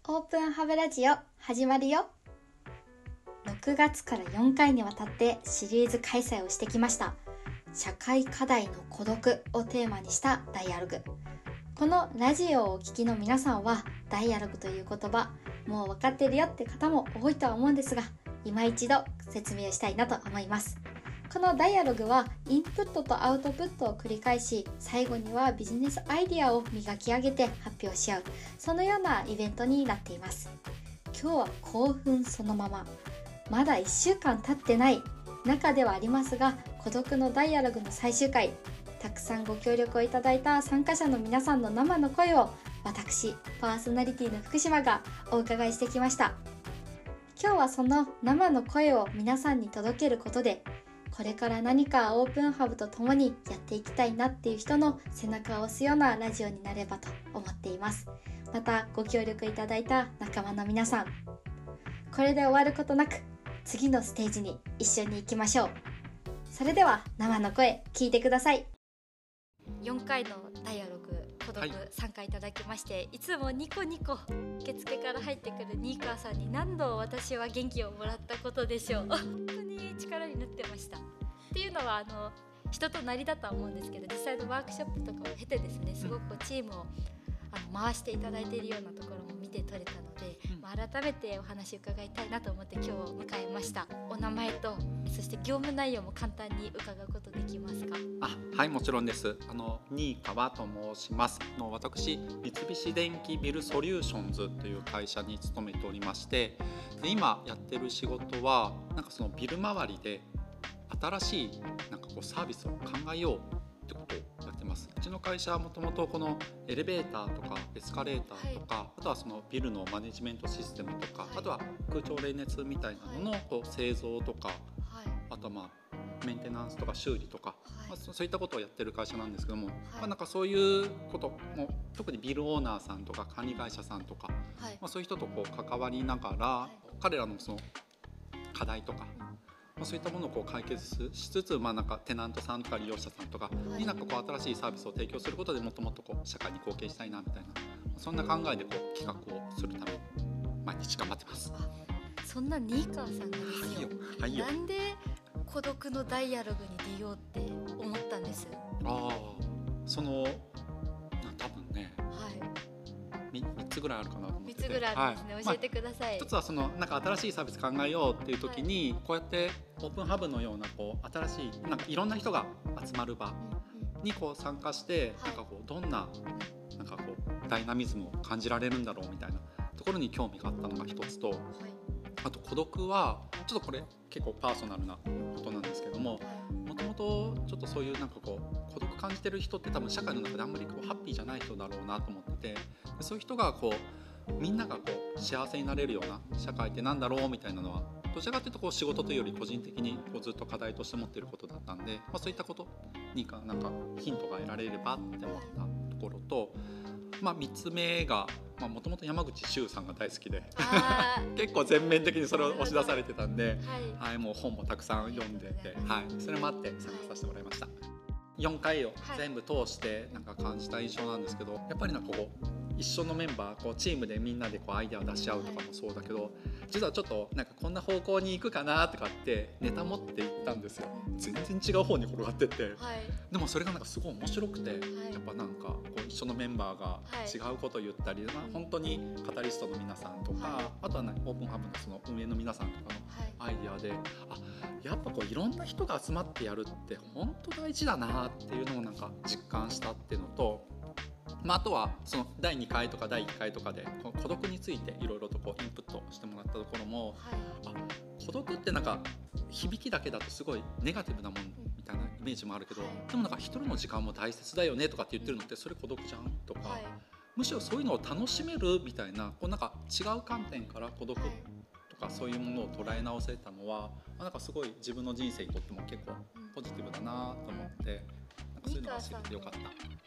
オープンハブラジオ始まるよ。6月から4回にわたってシリーズ開催をしてきました社会課題の孤独をテーマにしたダイアログ。このラジオをお聞きの皆さんはダイアログという言葉もう分かってるよって方も多いとは思うんですが、今一度説明をしたいなと思います。このダイアログはインプットとアウトプットを繰り返し、最後にはビジネスアイデアを磨き上げて発表し合う、そのようなイベントになっています。今日は興奮そのまま、まだ1週間経ってない中ではありますが、孤独のダイアログの最終回、たくさんご協力をいただいた参加者の皆さんの生の声を私パーソナリティの福島がお伺いしてきました。今日はその生の声を皆さんに届けることで、これから何かオープンハブと共にやっていきたいなっていう人の背中を押すようなラジオになればと思っています。またご協力いただいた仲間の皆さん、これで終わることなく次のステージに一緒に行きましょう。それでは生の声聞いてください。4回のダイアログ孤独参加いただきまして、いつもニコニコ受付から入ってくるニーカーさんに何度私は元気をもらったことでしょう。本当に力になってました。っていうのは人となりだとは思うんですけど、実際のワークショップとかを経てですね、すごくチームを回していただいているようなところも見て取れたので、改めてお話伺いたいなと思って今日を迎えました。お名前とそして業務内容も簡単に伺うことできますか？ はい、もちろんです。新川と申します。私、三菱電機ビルソリューションズという会社に勤めておりまして、で今やってる仕事はなんかそのビル周りで新しいなんかこうサービスを考えようってことをやってます。うちの会社はもともとこのエレベーターとかエスカレーターとか、あとはそのビルのマネジメントシステムとか、あとは空調冷熱みたいなののこう製造とか、あとはメンテナンスとか修理とか、そういったことをやってる会社なんですけども、なんかそういうことも特にビルオーナーさんとか管理会社さんとか、そういう人とこう関わりながら、彼らのその課題とか、そういったものをこう解決しつつ、なんかテナントさんとか利用者さんとかになんかこう新しいサービスを提供することでもっともっとこう社会に貢献したいなみたいな、そんな考えでこう企画をするために毎日頑張ってます。 そんなニーカーさんがですよ、なんで孤独のダイアログに出ようって思ったんです？ その多分ね、3つぐらいあるかなと思ってて。3つぐらいあるんですね、教えてください。一つはそのなんか新しいサービス考えようっていう時に、こうやってオープンハブのようなこう新しいなんかいろんな人が集まる場にこう参加して、なんかこうどんななんかこうダイナミズムを感じられるんだろうみたいなところに興味があったのが一つと、あと孤独はちょっとこれ結構パーソナルなことなんですけども、もともとちょっとそういうなんかこう孤独感じてる人って多分社会の中であんまりこうハッピーじゃない人だろうなと思ってて、そういう人がこうみんながこう幸せになれるような社会ってなんだろうみたいなのは、どちらかというとこう仕事というより個人的にこうずっと課題として持っていることだったんで、そういったことになんかヒントが得られればって思ったところと、3つ目がもともと山口周さんが大好きで結構全面的にそれを押し出されてたんで、もう本もたくさん読んでて、それもあって参加させてもらいました。4回を全部通してなんか感じた印象なんですけど、やっぱりなんかこう一緒のメンバーこうチームでみんなでこうアイデアを出し合うとかもそうだけど、実はちょっとなんかこんな方向に行くかなとかってネタ持っていったんですよ。全然違う方に転がってって、でもそれがなんかすごい面白くて、やっぱなんかこう一緒のメンバーが違うことを言ったり、本当にカタリストの皆さんとか、あとはオープンハブのその運営の皆さんとかのアイデアで、やっぱこういろんな人が集まってやるって本当大事だなっていうのをなんか実感したっていうのと、あとはその第2回とか第1回とかでこの孤独についていろいろとこうインプットしてもらったところも、孤独ってなんか響きだけだとすごいネガティブなもんみたいなイメージもあるけど、でもなんか一人の時間も大切だよねとかって言ってるのって、それ孤独じゃんとか、むしろそういうのを楽しめるみたいな、こうなんか違う観点から孤独とかそういうものを捉え直せたのは、なんかすごい自分の人生にとっても結構ポジティブだなと思って、なんかそういうのが知れてよかった。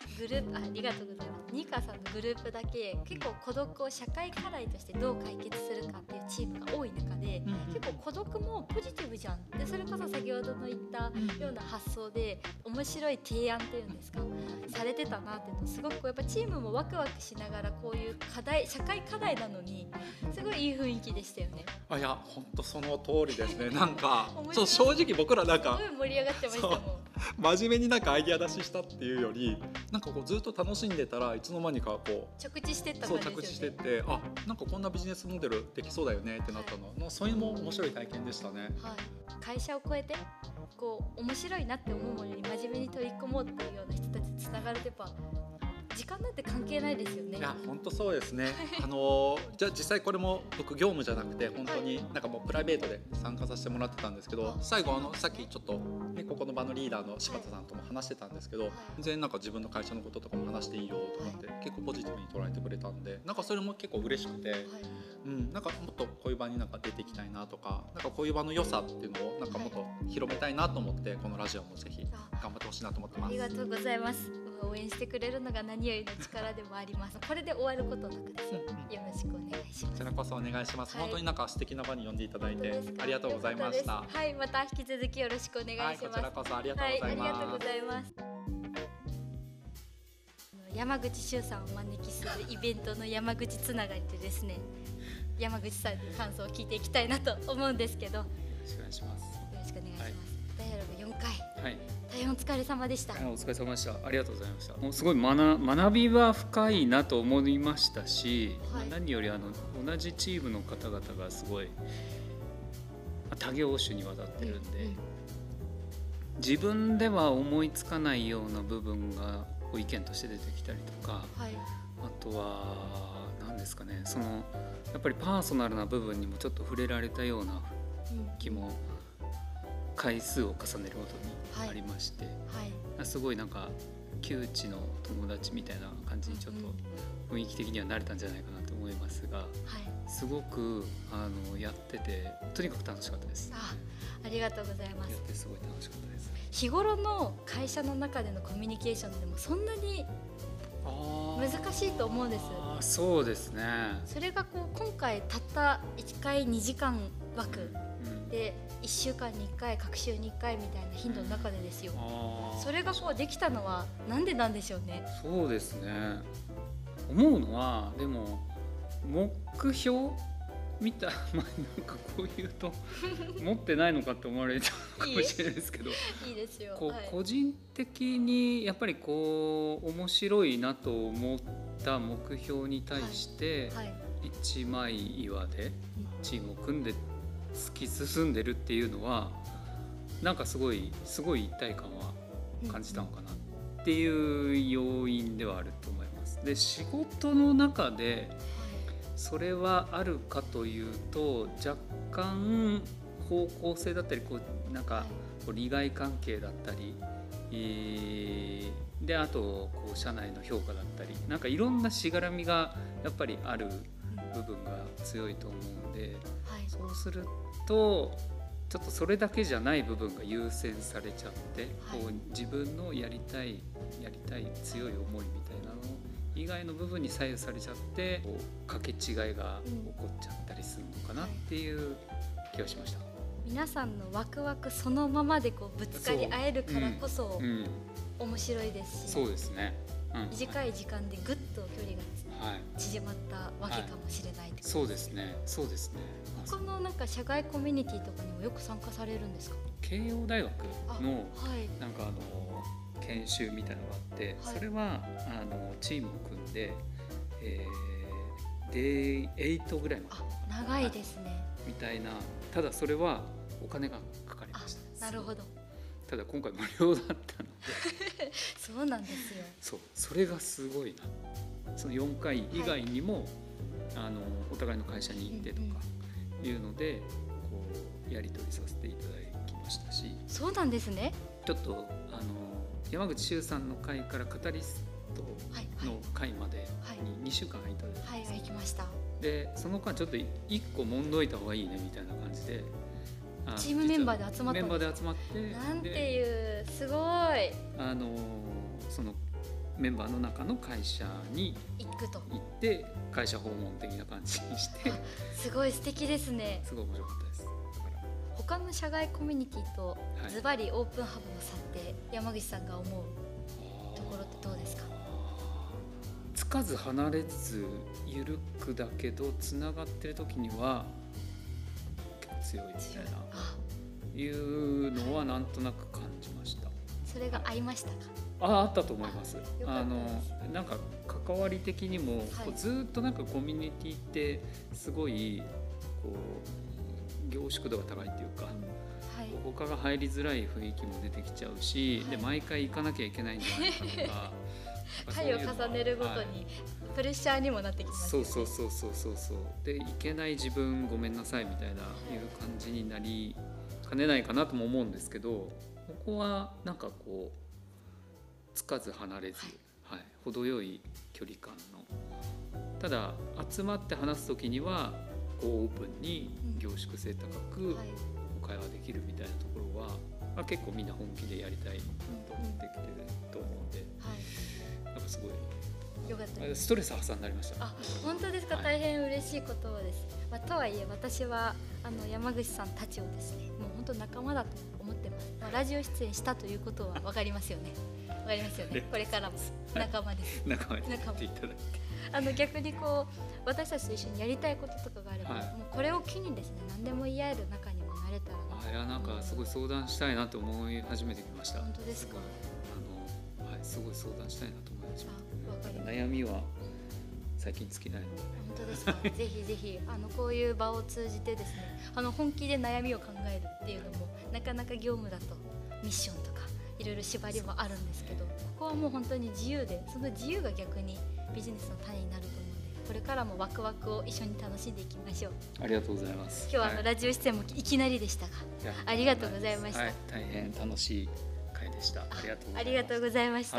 グループありがとうございます。ニカさんのグループだけ結構孤独を社会課題としてどう解決するかっていうチームが多い中で、結構孤独もポジティブじゃんで、それこそ先ほどの言ったような発想で面白い提案っていうんですか、されてたなっていうのすごくやっぱチームもワクワクしながら、こういう課題社会課題なのにすごいいい雰囲気でしたよね。 いや本当その通りですね。なんかそう正直僕らなんかすごい盛り上がってましたもん。 真面目になんかアイデア出ししたっていうより、なんかこうずっと楽しんでたらいつの間にかこう着地してった感じですよね。 そう着地してって、あ、なんかこんなビジネスモデルできそうだよねってなったの、そういうのも面白い体験でしたね。 はい、会社を超えてこう面白いなって思うものに真面目に取り組もうっていうような人たちとつながると、やっぱ時間なんて関係ないですよね。 いや本当そうですね。じゃあ実際これも僕業務じゃなくて本当になんかもうプライベートで参加させてもらってたんですけど、最後さっきちょっと、ね、ここの場のリーダーの柴田さんとも話してたんですけど、全然なんか自分の会社のこととかも話していいよとかって結構ポジティブに捉えてくれたんで、なんかそれも結構嬉しくて、なんかもっとこういう場になんか出ていきたいなとか、なんかこういう場の良さっていうのをなんかもっと広めたいなと思って、このラジオもぜひ頑張ってほしいなと思ってます。 ありがとうございます。応援してくれるのが何よりの力でもあります。これで終わることなくですね、よろしくお願いします。 こちらこそお願いします。本当になんか素敵な場に呼んでいただいてありがとうございました。 はい、また引き続きよろしくお願いします。 こちらこそありがとうございます。 ありがとうございます。山口周さんをお招きするイベントの山口つながりでですね、山口さんの感想を聞いていきたいなと思うんですけど、よろしくお願いします。 よろしくお願いします。ダイアログ4回、 はい、 大変お疲れ様でした。 お疲れ様でした。ありがとうございました。もうすごい学びは深いなと思いましたし、何より同じチームの方々がすごい多業種にわたってるんで、自分では思いつかないような部分が意見として出てきたりとか、あとは何ですかね、やっぱりパーソナルな部分にもちょっと触れられたような気も回数を重ねるごとにありまして、すごいなんか旧知の友達みたいな感じにちょっと雰囲気的にはなれたんじゃないかなと思いますが、すごくやっててとにかく楽しかったです。 ありがとうございます。 やってすごい楽しかったです。 日頃の会社の中でのコミュニケーションでもそんなに難しいと思うんです。 そうですね。 それがこう今回たった1回2時間枠で1週間に1回各週に1回みたいな頻度の中でですよ。それがこうできたのはなんでなんでしょうね。 そうですね。思うのはでも目標見たなんかこう言うと持ってないのかって思われちゃうかもしれないですけどいいですよ。 個人的にやっぱりこう面白いなと思った目標に対して一枚岩でチームを組んで突き進んでるっていうのはなんかすごい一体感は感じたのかなっていう要因ではあると思います。で、仕事の中でそれはあるかというと若干方向性だったりなんか利害関係だったり、であと社内の評価だったりなんかいろんなしがらみがやっぱりある部分が強いと思うので、そうするとちょっとそれだけじゃない部分が優先されちゃって、自分のやりたい強い思いみたいなの以外の部分に左右されちゃって掛け違いが起こっちゃったりするのかなっていう気がしました。 皆さんのワクワクそのままでぶつかり合えるからこそ面白いですし、 そうですね、 短い時間でぐっと距離が縮まったわけかもしれないってことですね。 そうですね、そうですね。 他のなんか社外コミュニティとかにもよく参加されるんですか？ 慶応大学のなんか研修みたいなのがあって、それはチームを組んで、デイ8ぐらいまで長いですね、 みたいな。ただそれはお金がかかりました。 なるほど。 ただ今回無料だったのでそうなんですよ。 それがすごいな。その4回以外にも、お互いの会社に行ってとかいうのでやり取りさせていただきましたし。 そうなんですね。 ちょっと山口周さんの会からカタリストの会までに2週間空いたじゃないですか。 行きました。 でその間ちょっと1個もんどいた方がいいねみたいな感じでチームメンバーで集まったんですか？ メンバーで集まって、 なんていうすごいそのメンバーの中の会社に行って会社訪問的な感じにしてすごい素敵ですね。 すごい面白かったです。 他の社外コミュニティとズバリオープンハブの差って山口さんが思うところってどうですか？ つかず離れず緩くだけどつながってる時には結構強いみたいないうのはなんとなく感じました。 それが合いましたか？ あったと思います。なんか関わり的にも、こうずっとなんかコミュニティってすごいこう凝縮度が高いっていうか、他が入りづらい雰囲気も出てきちゃうし、で毎回行かなきゃいけないんじゃないかとか回を重ねるごとにプレッシャーにもなってきますよね。 そうでいけない自分ごめんなさいみたいないう感じになりかねないかなとも思うんですけど、ここはなんかこうつかず離れず、程よい距離感の、ただ集まって話す時にはこうオープンに凝縮性高く会話できるみたいなところは、結構みんな本気でやりたいと思ってきてると思うんで、なんかすごいよかったです。 ストレス発散になりました。 本当ですか？大変嬉しい言葉です。とはいえ私は山口さんたちをですね、もう本当仲間だと思ってます。ラジオ出演したということは分かりますよね。わかりますよね。これからも仲間です。 仲間になっていただいて、 逆にこう私たちと一緒にやりたいこととかがあれば、もうこれを機にですね、何でも言い合える仲にもなれたらな。 いやなんかすごい相談したいなと思い始めてきました。 本当ですか？ すごい相談したいなと思いました。悩みは最近尽きないので。 本当ですか？ぜひぜひこういう場を通じてですね、本気で悩みを考えるっていうのもなかなか業務だとミッションとかいろいろ縛りもあるんですけど、ここはもう本当に自由で、その自由が逆にビジネスの種になると思うので、これからもワクワクを一緒に楽しんでいきましょう。 ありがとうございます。 今日はラジオ出演もいきなりでしたが、ありがとうございました。 大変楽しい会でした。ありがとうございました。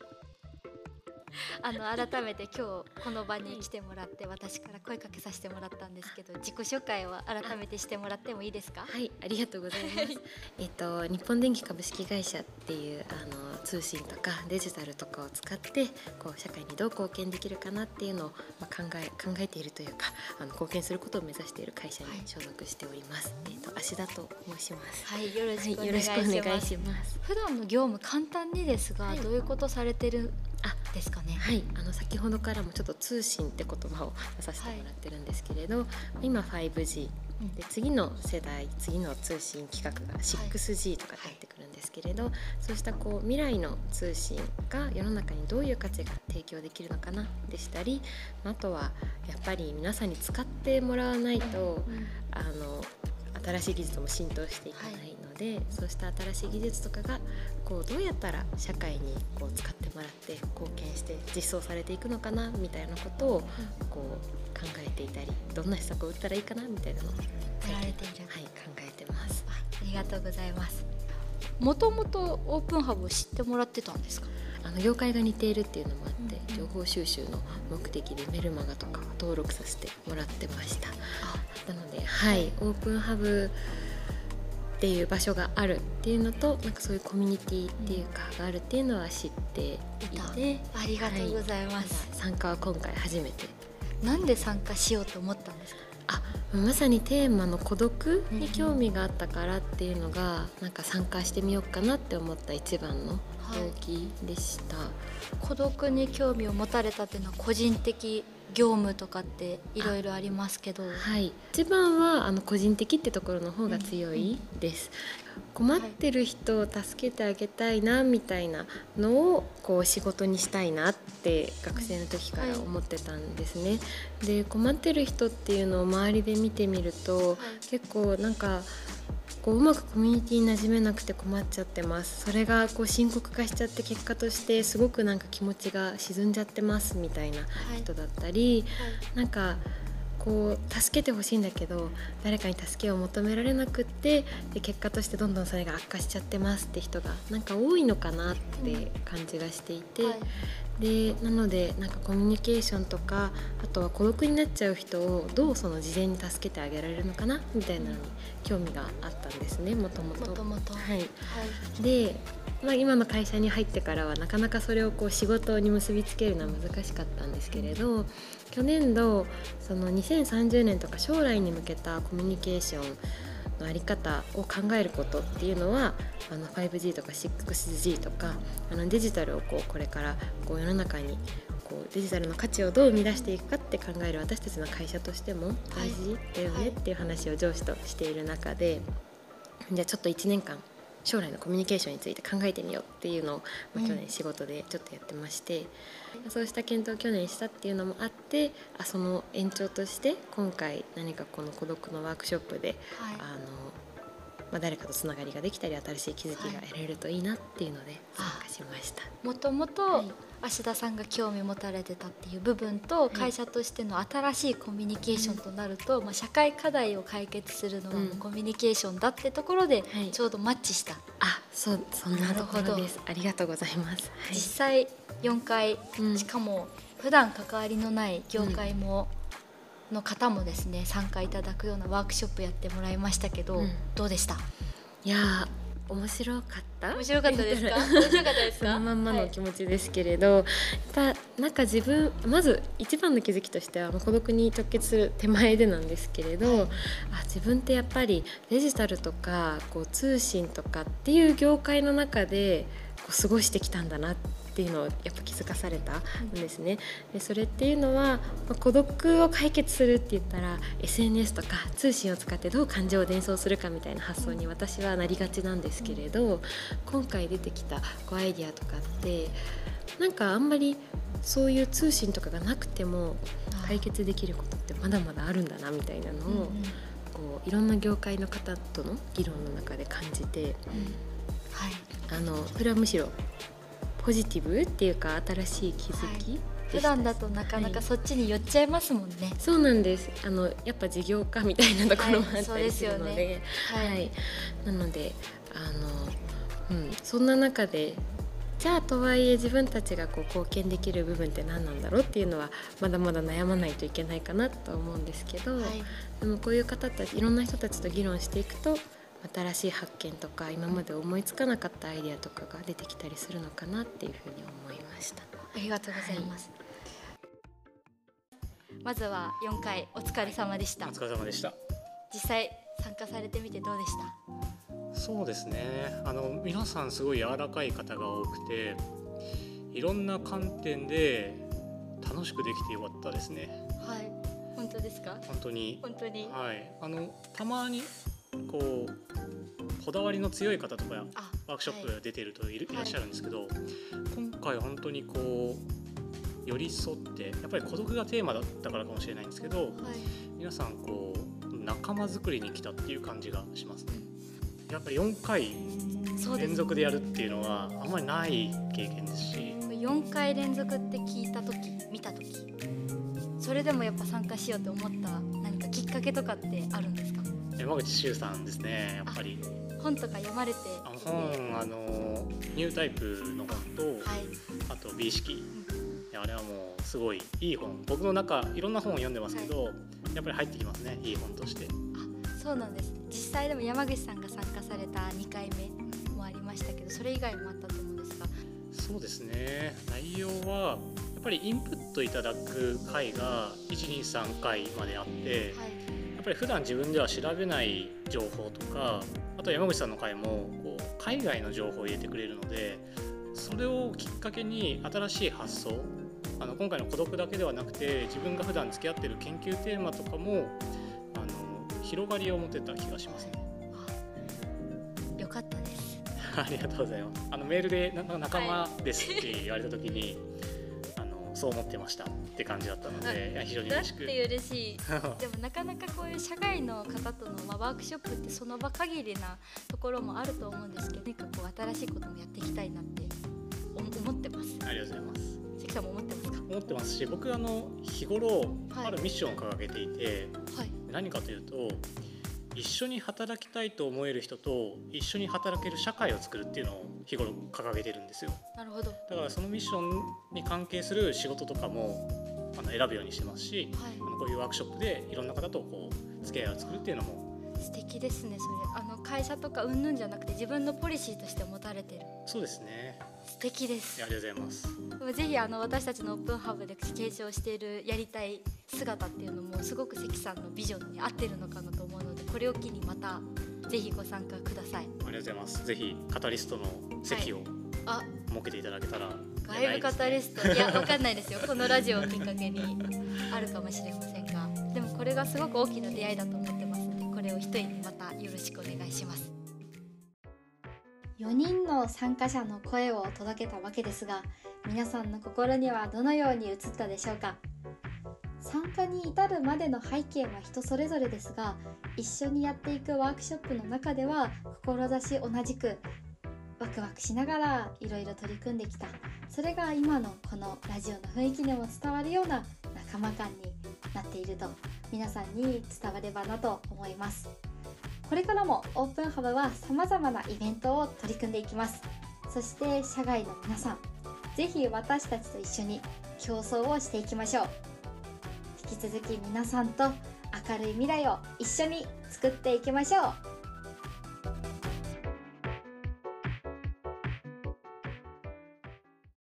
改めて今日この場に来てもらって私から声かけさせてもらったんですけど、自己紹介を改めてしてもらってもいいですか？ はい、ありがとうございます日本電機株式会社っていう通信とかデジタルとかを使ってこう社会にどう貢献できるかなっていうのを考えているというか貢献することを目指している会社に所属しております。芦田と申します。 はい、よろしくお願いします。普段の業務簡単にですが、どういうことされてるですかね？ はい、先ほどからもちょっと通信って言葉を出させてもらってるんですけれど、今 5G で次の世代、次の通信規格が 6G とかになってくるんですけれど、そうしたこう未来の通信が世の中にどういう価値が提供できるのかなでしたり、あとはやっぱり皆さんに使ってもらわないと、新しい技術も浸透していかないので、そうした新しい技術とかがこうどうやったら社会にこう使ってもらって貢献して実装されていくのかなみたいなことをこう考えていたり、どんな施策を打ったらいいかなみたいなのをやられている、 はい、考えてます。 ありがとうございます。もともとオープンハブを知ってもらってたんですか？ 業界が似ているっていうのもあって、情報収集の目的でメルマガとかを登録させてもらってました。なので、オープンハブっていう場所があるっていうのと、なんかそういうコミュニティっていうかがあるっていうのは知っていて、 ありがとうございます。 参加は今回初めて。 なんで参加しようと思ったんですか？ まさにテーマの孤独に興味があったからっていうのが、なんか参加してみようかなって思った一番の動機でした。 孤独に興味を持たれたっていうのは個人的業務とかっていろいろありますけど、 一番は個人的ってところの方が強いです。困ってる人を助けてあげたいなみたいなのをこう仕事にしたいなって学生の時から思ってたんですね。で、困ってる人っていうのを周りで見てみると、結構なんかこううまくコミュニティに馴染めなくて困っちゃってます。それがこう深刻化しちゃって結果としてすごくなんか気持ちが沈んじゃってますみたいな人だったり、なんかここう助けてほしいんだけど誰かに助けを求められなくって、で結果としてどんどんそれが悪化しちゃってますって人がなんか多いのかなって感じがしていて、でなのでなんかコミュニケーションとか、あとは孤独になっちゃう人をどうその事前に助けてあげられるのかなみたいなのに興味があったんですね、もともと。で、今の会社に入ってからはなかなかそれをこう仕事に結びつけるのは難しかったんですけれど、去年度その2030年とか将来に向けたコミュニケーションのあり方を考えることっていうのは5G とか 6G とかデジタルをこれから世の中にデジタルの価値をどう生み出していくかって考える私たちの会社としても大事だよねっていう話を上司としている中で、じゃあちょっと1年間将来のコミュニケーションについて考えてみようっていうのを、去年仕事でちょっとやってまして、そうした検討を去年したっていうのもあって、その延長として今回何かこの孤独のワークショップで、誰かとつながりができたり新しい気づきが得られるといいなっていうので参加しました。 もともと芦田さんが興味持たれてたっていう部分と、会社としての新しいコミュニケーションとなると、社会課題を解決するのはもうコミュニケーションだってところでちょうどマッチした。 そんなところです。ありがとうございます。 実際4回、しかも普段関わりのない業界の方もですね、参加いただくようなワークショップやってもらいましたけど、どうでした？ いや面白かった。 面白かったですか？面白かったですか？ そのまんまの気持ちですけれど、なんかまず一番の気づきとしては孤独に直結する手前でなんですけれど、自分ってやっぱりデジタルとか通信とかっていう業界の中で過ごしてきたんだなっていうのをやっぱ気づかされたんですね。でそれっていうのは、孤独を解決するって言ったら SNS とか通信を使ってどう感情を伝送するかみたいな発想に私はなりがちなんですけれど、今回出てきたアイディアとかってなんかあんまりそういう通信とかがなくても解決できることってまだまだあるんだなみたいなのをいろんな業界の方との議論の中で感じて、それはむしろポジティブっていうか新しい気づき、 普段だとなかなかそっちに寄っちゃいますもんね。 そうなんです。やっぱ事業家みたいなところもあったりするので、なのでそんな中でじゃあとはいえ自分たちが貢献できる部分って何なんだろうっていうのはまだまだ悩まないといけないかなと思うんですけど、でもこういう方たちいろんな人たちと議論していくと新しい発見とか今まで思いつかなかったアイデアとかが出てきたりするのかなっていうふうに思いました。 ありがとうございます。まずは4回お疲れ様でした。 お疲れ様でした。 実際参加されてみてどうでした？ そうですね、皆さんすごい柔らかい方が多くて、いろんな観点で楽しくできてよかったですね。 本当ですか？ 本当に、 はい、 たまにこだわりの強い方とかワークショップ出てるといらっしゃるんですけど、今回本当に寄り添って、やっぱり孤独がテーマだったからかもしれないんですけど、皆さん仲間作りに来たっていう感じがしますね。やっぱり4回連続でやるっていうのはあんまりない経験ですし、 4回連続って聞いた時見た時、それでもやっぱ参加しようと思った何かきっかけとかってあるんですか？ 山口周さんですね。やっぱり本とか読まれて、 本ニュータイプの本と、あと美意識、あれはもうすごいいい本、僕の中いろんな本を読んでますけど、やっぱり入ってきますね、いい本として。 そうなんです。実際でも山口さんが参加された2回目もありましたけど、それ以外もあったと思うんですが。 そうですね、内容はやっぱりインプットいただく回が 1,2,3 回まであって、やっぱり普段自分では調べない情報とか、あと山口さんの回も海外の情報を入れてくれるので、それをきっかけに新しい発想、今回の孤独だけではなくて自分が普段付き合っている研究テーマとかも広がりを持てた気がしますね。 よかったです。 ありがとうございます。メールで仲間ですって言われた時に、そう思ってましたって感じだったので、非常に嬉しく。 だって嬉しい。でもなかなかこういう社外の方との、ワークショップってその場限りなところもあると思うんですけど、新しいこともやっていきたいなって思ってます。 ありがとうございます。 関さんも思ってますか？ 思ってますし、僕日頃あるミッションを掲げていて、はい、何かというと、一緒に働きたいと思える人と一緒に働ける社会を作るっていうのを日頃掲げてるんですよ。 なるほど。 だからそのミッションに関係する仕事とかも選ぶようにしてますし、はい、こういうワークショップでいろんな方とこう付き合いを作るっていうのも素敵ですね。それ会社とかうんぬんじゃなくて自分のポリシーとして持たれてる。 そうですね。 素敵です。 ありがとうございます。 ぜひ私たちのオープンハブで継承しているやりたい姿っていうのもすごく関さんのビジョンに合ってるのかなと思うので、これを機にまたぜひご参加ください。 ありがとうございます。ぜひカタリストの席を設けていただけたら、はい、 外部カタリスト、いやわかんないですよ。このラジオをきっかけにあるかもしれませんが、でもこれがすごく大きな出会いだと思ってますので、これを一重にまたよろしくお願いします。4人の参加者の声を届けたわけですが、皆さんの心にはどのように映ったでしょうか。参加に至るまでの背景は人それぞれですが、一緒にやっていくワークショップの中では志同じくワクワクしながらいろいろ取り組んできた、それが今のこのラジオの雰囲気にも伝わるような仲間感になっていると皆さんに伝わればなと思います。これからもオープンハブは様々なイベントを取り組んでいきます。そして社外の皆さん、ぜひ私たちと一緒に競争をしていきましょう。引き続き皆さんと明るい未来を一緒に作っていきましょう。